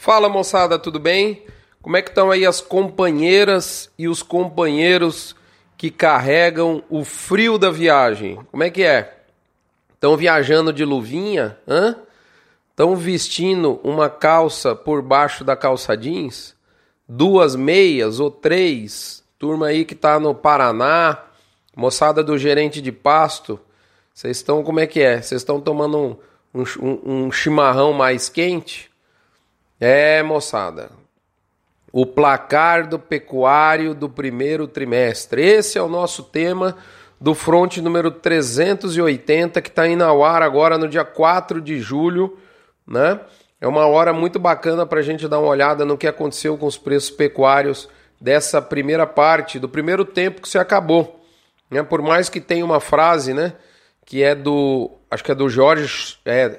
Fala moçada, tudo bem? Como é que estão aí as companheiras e os companheiros que carregam o frio da viagem? Como é que é? Estão viajando de luvinha? Estão vestindo uma calça por baixo da calça jeans? 2 meias ou 3? Turma aí que tá no Paraná, moçada do gerente de pasto, vocês estão, como é que é? Vocês estão tomando um chimarrão mais quente? Moçada, o placar do pecuário do primeiro trimestre. Esse é o nosso tema do Front número 380, que está indo ao ar agora no dia 4 de julho, né? É uma hora muito bacana para a gente dar uma olhada no que aconteceu com os preços pecuários dessa primeira parte, do primeiro tempo que se acabou. Né? Por mais que tenha uma frase, né, que é do, acho que é do George,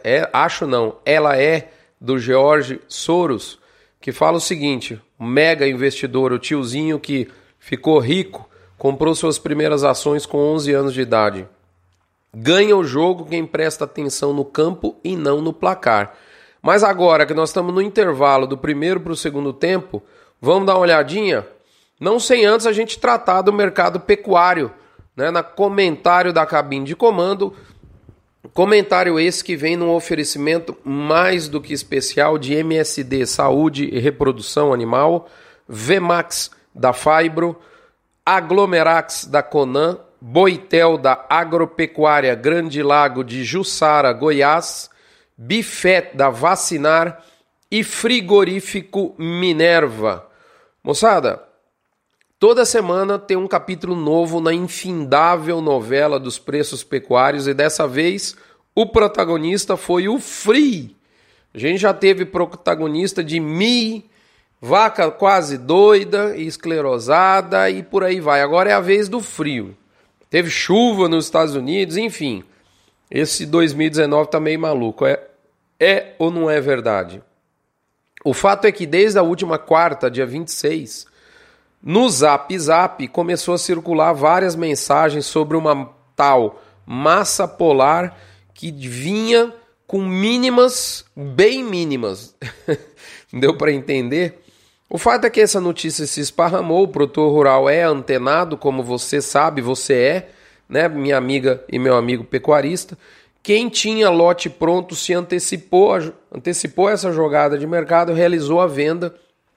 ela é do George Soros, que fala o seguinte: o mega investidor, o tiozinho que ficou rico, comprou suas primeiras ações com 11 anos de idade. Ganha o jogo quem presta atenção no campo e não no placar. Mas agora que nós estamos no intervalo do primeiro para o segundo tempo, vamos dar uma olhadinha? Não sem antes a gente tratar do mercado pecuário, né? Na comentário da cabine de comando. Comentário esse que vem num oferecimento mais do que especial de MSD Saúde e Reprodução Animal, Vemax da Fibro, Aglomerax da Conan, Boitel da Agropecuária Grande Lago de Jussara, Goiás, Bifet da Vacinar e Frigorífico Minerva. Moçada, toda semana tem um capítulo novo na infindável novela dos preços pecuários e dessa vez o protagonista foi o Free. A gente já teve protagonista de vaca quase doida e esclerosada e por aí vai. Agora é a vez do frio. Teve chuva nos Estados Unidos, enfim. Esse 2019 tá meio maluco. É ou não é verdade? O fato é que desde a última quarta, dia 26, no Zap começou a circular várias mensagens sobre uma tal massa polar que vinha com mínimas, bem mínimas. Deu para entender? O fato é que essa notícia se esparramou, o produtor rural é antenado, como você sabe, você é, né, minha amiga e meu amigo pecuarista. Quem tinha lote pronto se antecipou essa jogada de mercado, realizou a venda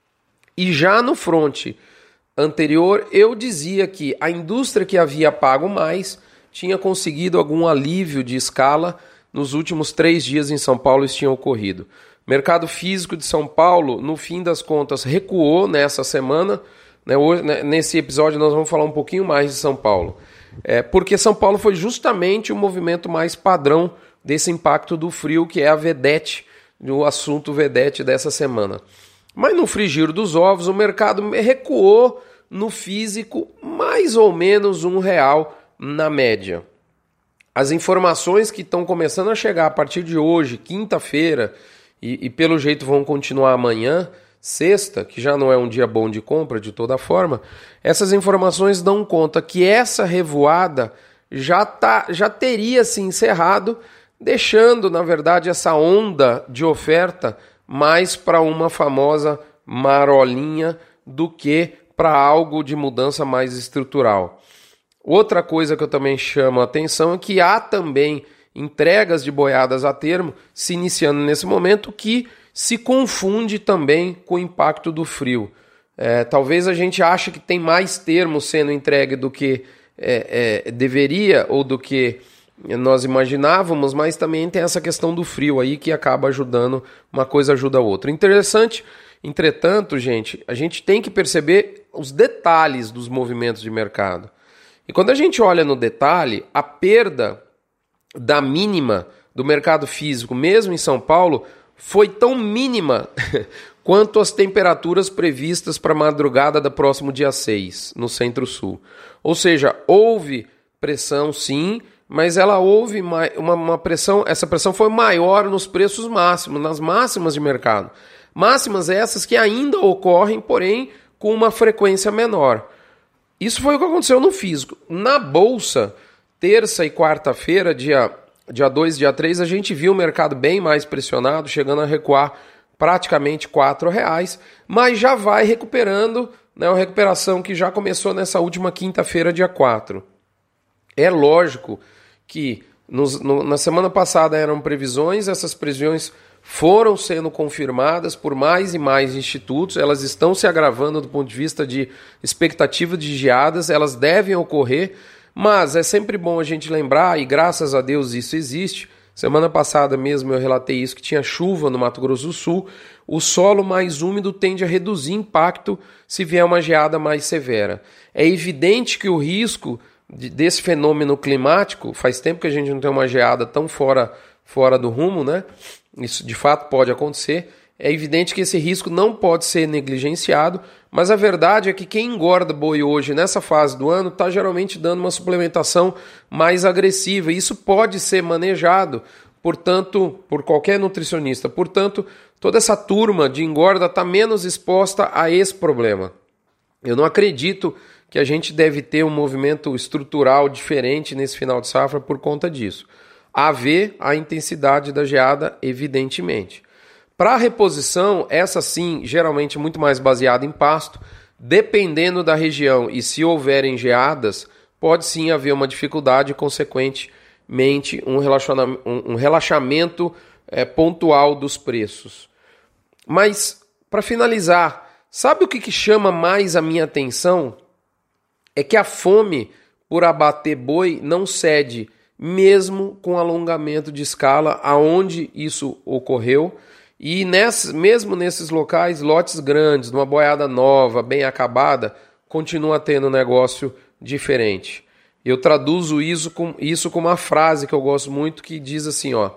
e já no front anterior eu dizia que a indústria que havia pago mais tinha conseguido algum alívio de escala. Nos últimos 3 dias em São Paulo isso tinha ocorrido. Mercado físico de São Paulo, no fim das contas, recuou nessa semana. Hoje, nesse episódio nós vamos falar um pouquinho mais de São Paulo. Porque São Paulo foi justamente o movimento mais padrão desse impacto do frio, que é a vedete, o assunto vedete dessa semana. Mas no frigir dos ovos, o mercado recuou no físico mais ou menos R$1 na média. As informações que estão começando a chegar a partir de hoje, quinta-feira, e pelo jeito vão continuar amanhã, sexta, que já não é um dia bom de compra de toda forma, essas informações dão conta que essa revoada já teria se encerrado, deixando, na verdade, essa onda de oferta mais para uma famosa marolinha do que para algo de mudança mais estrutural. Outra coisa que eu também chamo a atenção é que há também entregas de boiadas a termo se iniciando nesse momento, que se confunde também com o impacto do frio. Talvez a gente ache que tem mais termos sendo entregue do que deveria ou do que nós imaginávamos, mas também tem essa questão do frio aí que acaba ajudando, uma coisa ajuda a outra. Interessante, entretanto, gente, a gente tem que perceber os detalhes dos movimentos de mercado. E quando a gente olha no detalhe, a perda da mínima do mercado físico, mesmo em São Paulo, foi tão mínima quanto as temperaturas previstas para a madrugada do próximo dia 6, no Centro-Sul. Ou seja, houve pressão sim, mas ela houve uma pressão, essa pressão foi maior nos preços máximos, nas máximas de mercado. Máximas essas que ainda ocorrem, porém, com uma frequência menor. Isso foi o que aconteceu no físico. Na Bolsa, terça e quarta-feira, dia 2 e dia 3, a gente viu o mercado bem mais pressionado, chegando a recuar praticamente R$4, mas já vai recuperando, né, uma recuperação que já começou nessa última quinta-feira, dia 4. É lógico que na semana passada eram previsões, essas previsões foram sendo confirmadas por mais e mais institutos, elas estão se agravando do ponto de vista de expectativa de geadas, elas devem ocorrer, mas é sempre bom a gente lembrar, e graças a Deus isso existe. Semana passada mesmo eu relatei isso, que tinha chuva no Mato Grosso do Sul, o solo mais úmido tende a reduzir impacto se vier uma geada mais severa. É evidente que o risco desse fenômeno climático, faz tempo que a gente não tem uma geada tão fora do rumo, né? Isso de fato pode acontecer. É evidente que esse risco não pode ser negligenciado, mas a verdade é que quem engorda boi hoje nessa fase do ano está geralmente dando uma suplementação mais agressiva. E isso pode ser manejado, portanto, por qualquer nutricionista. Portanto, toda essa turma de engorda está menos exposta a esse problema. Eu não acredito que a gente deve ter um movimento estrutural diferente nesse final de safra por conta disso. A ver a intensidade da geada, evidentemente. Para a reposição, essa sim, geralmente muito mais baseada em pasto, dependendo da região e se houverem geadas, pode sim haver uma dificuldade e, consequentemente, um relaxamento pontual dos preços. Mas, para finalizar, sabe o que chama mais a minha atenção? É que a fome por abater boi não cede, mesmo com alongamento de escala, aonde isso ocorreu. E mesmo nesses locais, lotes grandes, numa boiada nova, bem acabada, continua tendo um negócio diferente. Eu traduzo isso com uma frase que eu gosto muito, que diz assim, ó: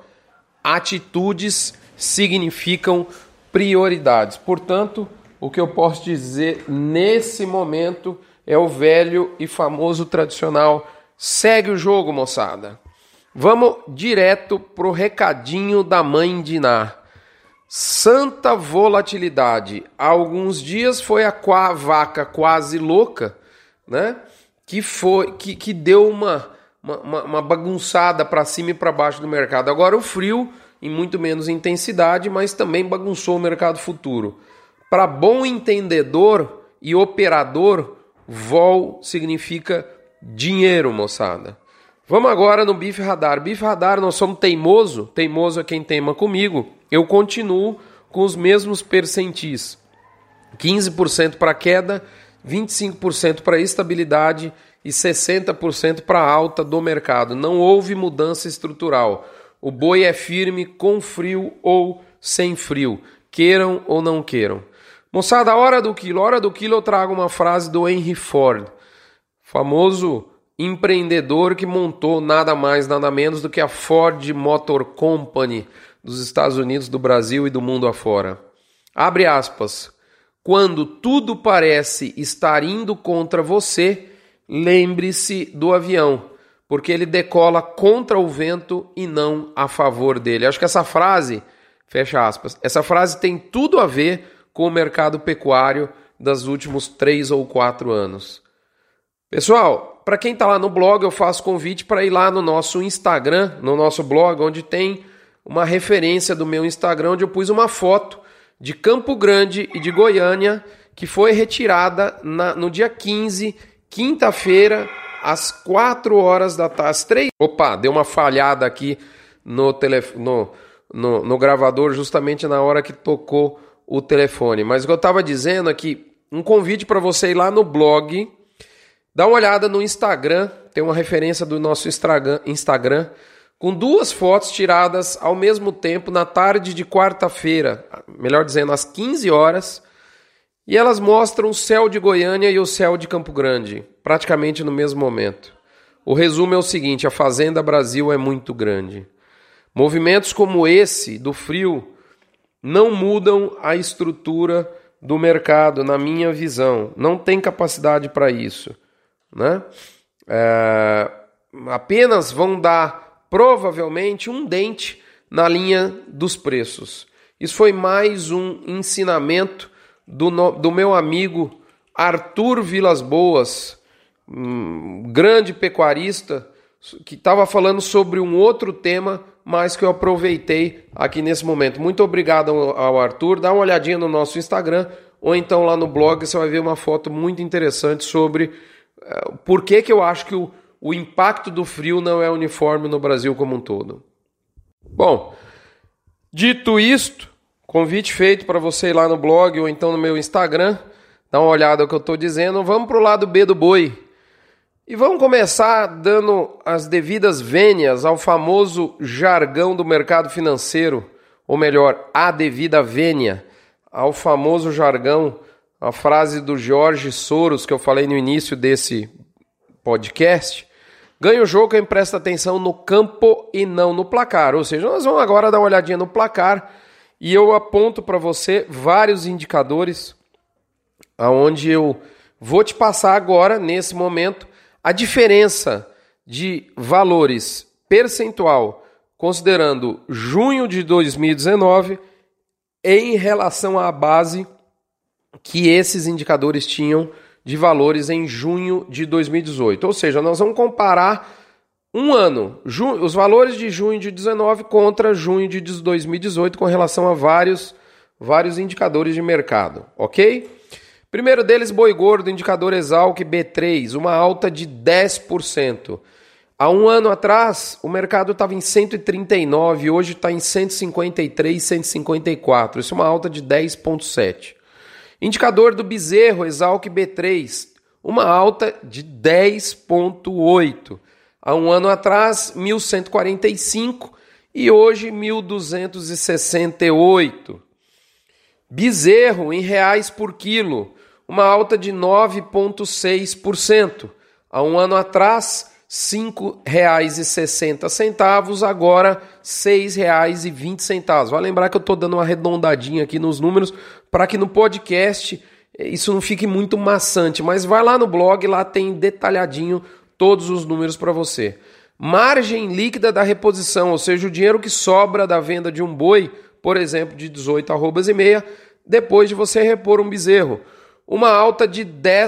atitudes significam prioridades. Portanto, o que eu posso dizer nesse momento é o velho e famoso tradicional: segue o jogo, moçada. Vamos direto pro recadinho da mãe de Iná. Santa volatilidade. Há alguns dias foi a vaca quase louca, né? Que deu uma bagunçada para cima e para baixo do mercado. Agora o frio, em muito menos intensidade, mas também bagunçou o mercado futuro. Para bom entendedor e operador, vol significa dinheiro, moçada. Vamos agora no Bife Radar. Bife Radar, nós somos teimoso é quem teima comigo. Eu continuo com os mesmos percentis. 15% para queda, 25% para estabilidade e 60% para alta do mercado. Não houve mudança estrutural. O boi é firme com frio ou sem frio, queiram ou não queiram. Moçada, hora do quilo eu trago uma frase do Henry Ford, famoso empreendedor que montou nada mais, nada menos do que a Ford Motor Company dos Estados Unidos, do Brasil e do mundo afora. Abre aspas. Quando tudo parece estar indo contra você, lembre-se do avião, porque ele decola contra o vento e não a favor dele. Acho que essa frase, fecha aspas, essa frase tem tudo a ver com o mercado pecuário dos últimos 3 ou 4 anos. Pessoal, para quem está lá no blog, eu faço convite para ir lá no nosso Instagram, no nosso blog, onde tem uma referência do meu Instagram, onde eu pus uma foto de Campo Grande e de Goiânia, que foi retirada no dia 15, quinta-feira, às 4 horas da tarde, às 3... Opa, deu uma falhada aqui no gravador, justamente na hora que tocou o telefone. Mas o que eu estava dizendo é que um convite para você ir lá no blog, dá uma olhada no Instagram, tem uma referência do nosso Instagram, com 2 fotos tiradas ao mesmo tempo na tarde de quarta-feira, melhor dizendo, às 15 horas, e elas mostram o céu de Goiânia e o céu de Campo Grande, praticamente no mesmo momento. O resumo é o seguinte: a Fazenda Brasil é muito grande. Movimentos como esse, do frio, não mudam a estrutura do mercado, na minha visão. Não tem capacidade para isso, né? Apenas vão dar provavelmente um dente na linha dos preços. Isso foi mais um ensinamento do meu amigo Arthur Vilas Boas, grande pecuarista, que estava falando sobre um outro tema mas que eu aproveitei aqui nesse momento. Muito obrigado ao Arthur. Dá uma olhadinha no nosso Instagram ou então lá no blog, você vai ver uma foto muito interessante sobre por que eu acho que o impacto do frio não é uniforme no Brasil como um todo. Bom, dito isto, convite feito para você ir lá no blog ou então no meu Instagram, dar uma olhada no que eu estou dizendo. Vamos para o lado B do boi. E vamos começar dando as devidas vênias ao famoso jargão do mercado financeiro, ou melhor, a devida vênia ao famoso jargão, a frase do George Soros que eu falei no início desse podcast. Ganha o jogo quem presta atenção no campo e não no placar. Ou seja, nós vamos agora dar uma olhadinha no placar e eu aponto para você vários indicadores aonde eu vou te passar agora, nesse momento, a diferença de valores percentual, considerando junho de 2019, em relação à base que esses indicadores tinham de valores em junho de 2018. Ou seja, nós vamos comparar um ano, os valores de junho de 2019 contra junho de 2018 com relação a vários indicadores de mercado, ok? Primeiro deles, boi gordo, indicador Exalc B3, uma alta de 10%. Há um ano atrás, o mercado estava em 139, hoje está em 153, 154. Isso é uma alta de 10,7%. Indicador do bezerro, Exalc B3, uma alta de 10,8%. Há um ano atrás, 1.145 e hoje 1.268. Bezerro em reais por quilo, uma alta de 9,6%. Há um ano atrás, R$ 5,60, agora R$ 6,20. Vai lembrar que eu estou dando uma arredondadinha aqui nos números para que no podcast isso não fique muito maçante, mas vai lá no blog, lá tem detalhadinho todos os números para você. Margem líquida da reposição, ou seja, o dinheiro que sobra da venda de um boi, por exemplo, de 18 arrobas e meia, depois de você repor um bezerro. Uma alta de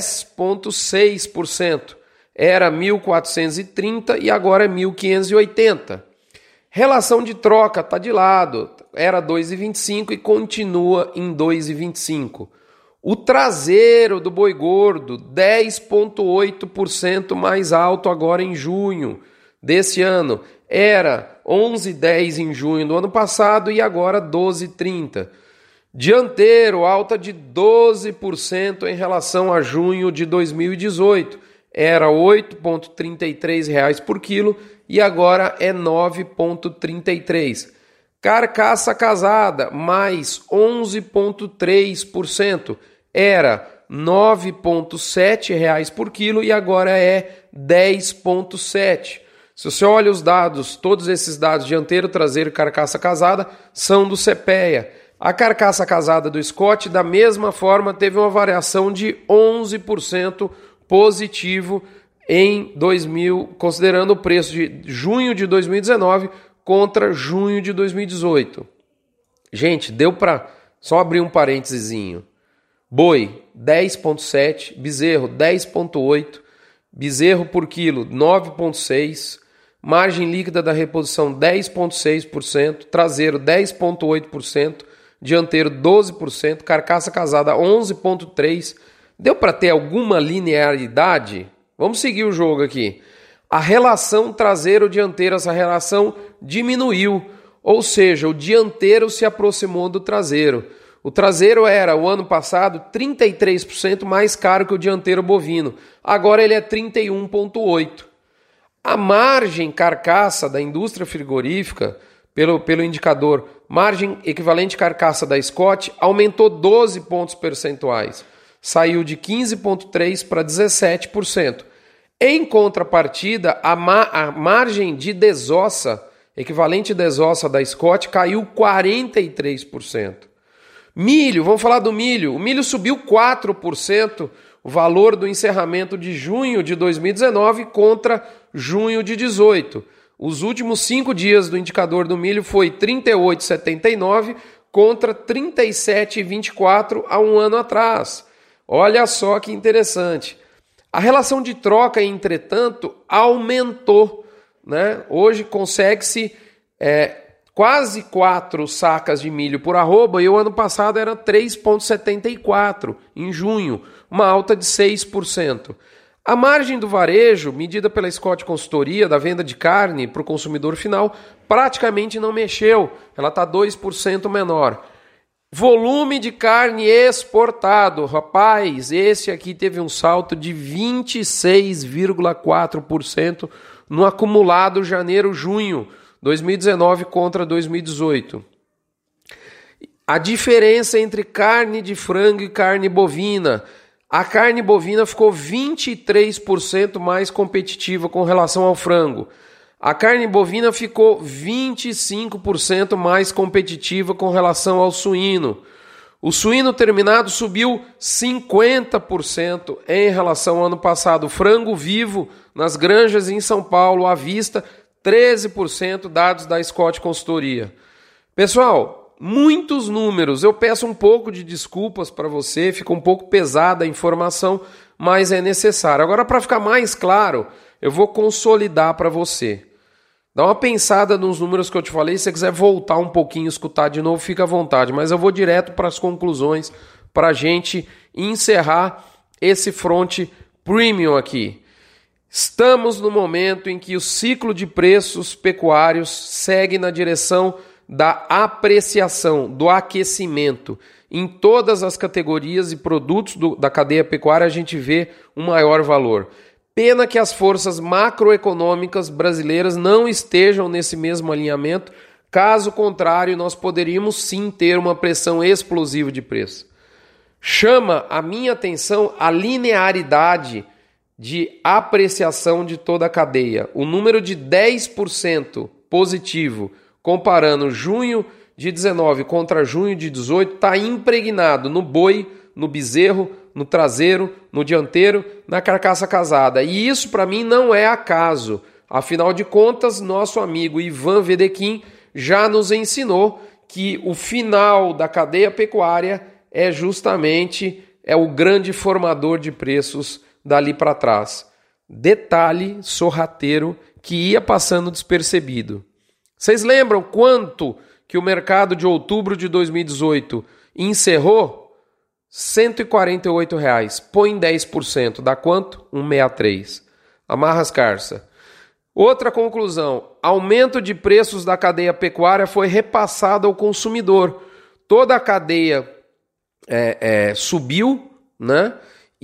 10,6%. Era 1.430 e agora é 1.580. Relação de troca está de lado. Era 2,25 e continua em 2,25. O traseiro do boi gordo, 10,8% mais alto agora em junho desse ano. Era 11,10 em junho do ano passado e agora 12,30. Dianteiro, alta de 12% em relação a junho de 2018. Era R$ 8,33 por quilo e agora é 9,33. Carcaça casada, mais 11,3%. Era R$ 9,7 por quilo e agora é 10,7. Se você olha os dados, todos esses dados, dianteiro, traseiro e carcaça casada, são do CPEA. A carcaça casada do Scott, da mesma forma, teve uma variação de 11% positivo em 2000, considerando o preço de junho de 2019 contra junho de 2018. Gente, deu para só abrir um parênteses. Boi, 10,7, bezerro, 10,8, bezerro por quilo, 9,6, margem líquida da reposição, 10,6%, traseiro, 10,8%, dianteiro 12%, carcaça casada 11,3%. Deu para ter alguma linearidade? Vamos seguir o jogo aqui. A relação traseiro-dianteiro, essa relação diminuiu, ou seja, o dianteiro se aproximou do traseiro. O traseiro era, o ano passado, 33% mais caro que o dianteiro bovino. Agora ele é 31,8%. A margem carcaça da indústria frigorífica, pelo indicador margem equivalente carcaça da Scott, aumentou 12 pontos percentuais. Saiu de 15,3% para 17%. Em contrapartida, a margem de desossa, equivalente desossa da Scott, caiu 43%. Milho, vamos falar do milho. O milho subiu 4%, o valor do encerramento de junho de 2019 contra junho de 2018. Os últimos 5 dias do indicador do milho foi 38,79 contra 37,24 há um ano atrás. Olha só que interessante. A relação de troca, entretanto, aumentou, né? Hoje consegue-se quase 4 sacas de milho por arroba, e o ano passado era 3,74 em junho, uma alta de 6%. A margem do varejo, medida pela Scott Consultoria, da venda de carne para o consumidor final, praticamente não mexeu, ela está 2% menor. Volume de carne exportado, rapaz, esse aqui teve um salto de 26,4% no acumulado janeiro-junho, 2019 contra 2018. A diferença entre carne de frango e carne bovina. A carne bovina ficou 23% mais competitiva com relação ao frango. A carne bovina ficou 25% mais competitiva com relação ao suíno. O suíno terminado subiu 50% em relação ao ano passado. O frango vivo nas granjas em São Paulo à vista, 13%, dados da Scott Consultoria. Pessoal, muitos números. Eu peço um pouco de desculpas para você, fica um pouco pesada a informação, mas é necessário. Agora, para ficar mais claro, eu vou consolidar para você. Dá uma pensada nos números que eu te falei. Se você quiser voltar um pouquinho, escutar de novo, fica à vontade. Mas eu vou direto para as conclusões para a gente encerrar esse front premium aqui. Estamos no momento em que o ciclo de preços pecuários segue na direção da apreciação, do aquecimento. Em todas as categorias e produtos da cadeia pecuária a gente vê um maior valor. Pena que as forças macroeconômicas brasileiras não estejam nesse mesmo alinhamento, caso contrário nós poderíamos sim ter uma pressão explosiva de preço. Chama a minha atenção a linearidade de apreciação de toda a cadeia. O número de 10% positivo comparando junho de 19 contra junho de 18, está impregnado no boi, no bezerro, no traseiro, no dianteiro, na carcaça casada. E isso para mim não é acaso. Afinal de contas, nosso amigo Ivan Vedequim já nos ensinou que o final da cadeia pecuária é justamente o grande formador de preços dali para trás. Detalhe sorrateiro que ia passando despercebido. Vocês lembram quanto que o mercado de outubro de 2018 encerrou? R$ 148,00. Põe 10%. Dá quanto? 1,63. Amarra as carças. Outra conclusão. Aumento de preços da cadeia pecuária foi repassado ao consumidor. Toda a cadeia subiu, né?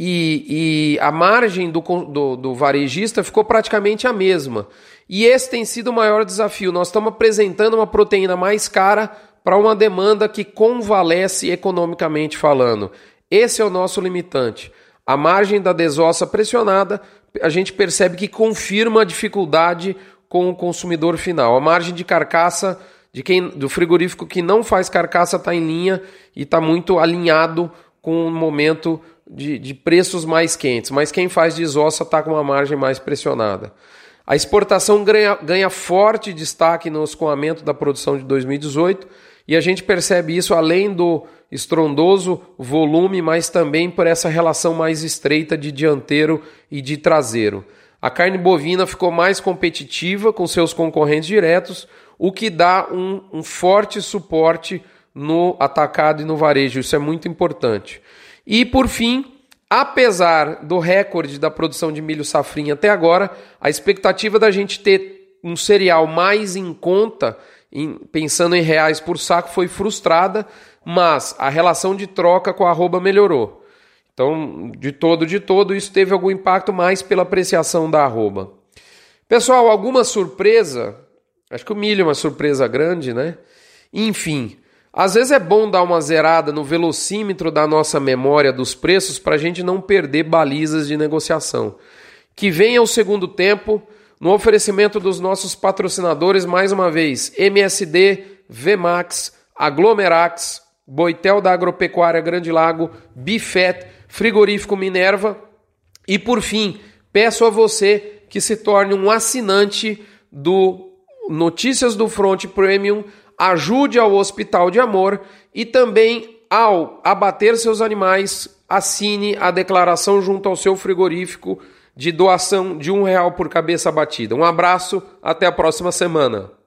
E a margem do varejista ficou praticamente a mesma. E esse tem sido o maior desafio. Nós estamos apresentando uma proteína mais cara para uma demanda que convalesce economicamente falando. Esse é o nosso limitante. A margem da desossa pressionada, a gente percebe que confirma a dificuldade com o consumidor final. A margem de carcaça do frigorífico que não faz carcaça está em linha e está muito alinhado com o momento de preços mais quentes. Mas quem faz desossa está com uma margem mais pressionada. A exportação ganha forte destaque no escoamento da produção de 2018 e a gente percebe isso além do estrondoso volume, mas também por essa relação mais estreita de dianteiro e de traseiro. A carne bovina ficou mais competitiva com seus concorrentes diretos, o que dá um forte suporte no atacado e no varejo. Isso é muito importante. E por fim, apesar do recorde da produção de milho safrinha até agora, a expectativa da gente ter um cereal mais em conta, pensando em reais por saco, foi frustrada, mas a relação de troca com a arroba melhorou. Então, de todo, isso teve algum impacto mais pela apreciação da arroba. Pessoal, alguma surpresa? Acho que o milho é uma surpresa grande, né? Enfim, às vezes é bom dar uma zerada no velocímetro da nossa memória dos preços para a gente não perder balizas de negociação. Que venha o segundo tempo, no oferecimento dos nossos patrocinadores, mais uma vez, MSD, Vmax, Aglomerax, Boitel da Agropecuária Grande Lago, Bifet, Frigorífico Minerva e, por fim, peço a você que se torne um assinante do Notícias do Front Premium, ajude ao Hospital de Amor e também, ao abater seus animais, assine a declaração junto ao seu frigorífico de doação de R$1 por cabeça abatida. Um abraço, até a próxima semana.